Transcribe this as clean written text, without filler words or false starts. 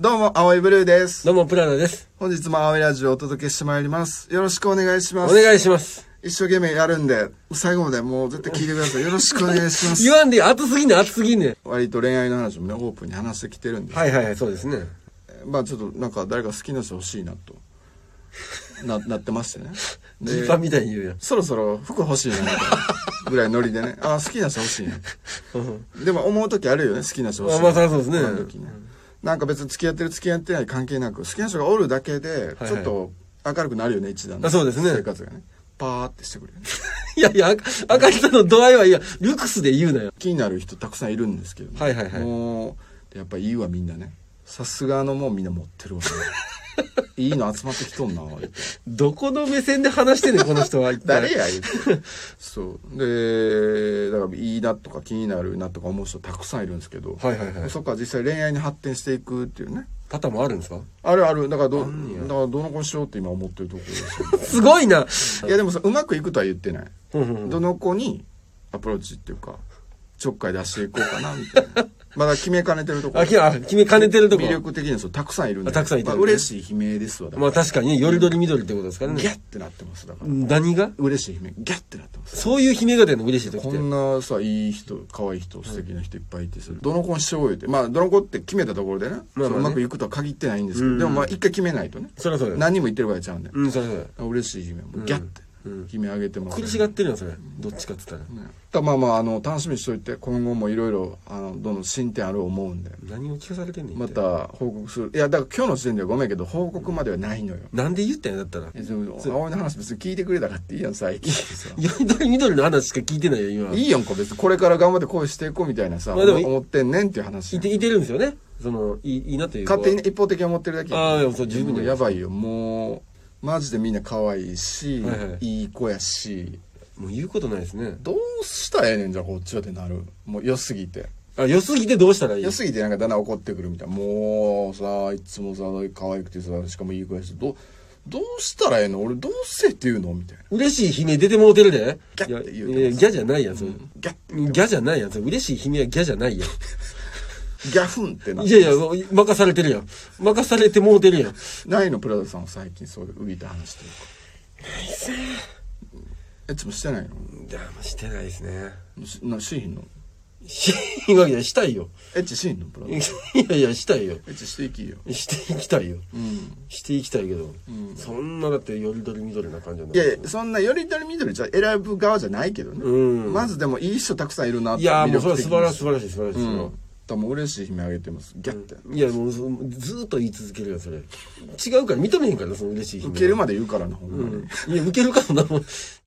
どうも、青いブルーです。 どうも、プラダです。 本日も青いラジオをお届けしてまいります。よろしくお願いします。 お願いします。 一生懸命やるんで、最後までもう絶対聞いてください。よろしくお願いします。 言わんで、熱すぎんね、熱すぎんね。 割と恋愛の話もね、オープンに話してきてるんで。 はいはいはい、そうですね。 まあちょっとなんか誰か好きな人欲しいなと、なってましてね。 ジーパンみたいに言うやん。 そろそろ服欲しいなみたいなぐらいノリでね、あ、好きな人欲しいね。でも思う時あるよね、好きな人欲しいな。 まあそうですね。 時ね。なんか別に付き合ってる付き合ってない関係なく、好きな人がおるだけで、ちょっと明るくなるよね、一段の。 そうですね。 生活がね。パーってしてくれる。 いやいや、明るさの度合いはいや、ルクスで言うなよ。 気になる人たくさんいるんですけど、ね、 はいはいはい。 もう、やっぱいいわみんなね。さすがのもんみんな持ってるわ、ね。いいの集まってきとんな。 どこの目線で話してんねん、この人は。 誰や言って。そう。で、だからいいなとか気になるなとか思う人たくさんいるんですけど、 はいはいはい。 そっから実際恋愛に発展していくっていうね。 パターンもあるんですか？ あるある。だからどの子にしようって今思ってるところですすごいな。 いやでもさ、うまくいくとは言ってない。どの子にアプローチっていうか、ちょっかい出していこうかなみたいな。まだ決めかねてるところ。 決めかねてるところ。 魅力的な人たくさんいるんで。 たくさんいてる、 まあ、嬉しい悲鳴ですわ。 まあ確かに、よりどりみどりってことですからね。 ギャッってなってます。だから。 何が嬉しい悲鳴。ギャッってなってます。 そういう悲鳴が出るの嬉しい時って。 こんなさ、いい人、可愛い人、素敵な人いっぱいいて、どの子にしようよって。まあ、どの子って決めたところでね、うまくいくとは限ってないんですけど、でもまあ一回決めないとね。 そりゃそうだ。 何人も言ってる場合ちゃうんで。 そりゃそうだ。 嬉しい悲鳴。もうギャッて。悲鳴上げてます。 苦しがってるよ、それ。どっちかって言ったら。 まあまあ、楽しみにしといて、今後もいろいろ、どんどん進展ある思うんで。 何を聞かされてんねん。 また報告する。いや、だから今日の時点ではごめんけど、報告まではないのよ。 なんで言ったんや、だったら。 葵の話別に聞いてくれたかっていいやん、最近。 緑の話しか聞いてないよ、今。 いいやんか、別にこれから頑張って恋していこうみたいなさ、思ってんねんっていう話。 いてるんですよね。いいなというか。 勝手に一方的に思ってるだけ。 ああ、そう、十分やばいよ、もう。マジでみんな可愛いし、いい子やし。 もう言うことないですね。 どうしたらええねんじゃこっちはってなる。もう良すぎて。 良すぎてどうしたらいい？ 良すぎてなんかだんだん怒ってくるみたいな。もうさ、いつもさ、可愛くてさ、しかもいい子やし、どうしたらええの？俺どうせって言うのみたいな。 嬉しい悲鳴出てもうてるで。 ギャって言うてます。 ギャじゃないやん、それ。 ギャじゃないやん、それ。嬉しい悲鳴はギャじゃないやん。 ギャフンってなって。 いやいや、任されてるやん。任されてもうてるやん。 ないの、プラダさんは最近そういう浮いた話というか。 ないっすね。 エッチもしてないの？ いや、してないですね。 しひんの？ しひんわけない、したいよ。 エッチしひんの、プラダ。 いやいや、したいよ。 エッチしていきよ。 していきたいよ。していきたいけど。そんなだってよりどりみどりな感じじゃない。 いやいや、そんなよりどりみどりじゃ選ぶ側じゃないけどね。まずでもいい人たくさんいるなって。 いや、もうそれは素晴らしい。 もう嬉しい悲鳴あげてます。ギャッて。 いや、もうずっと言い続けるよ、それ。違うから認めへんから、その嬉しい悲鳴。 受けるまで言うからな、ほんまに。 いや、受けるからな、もう。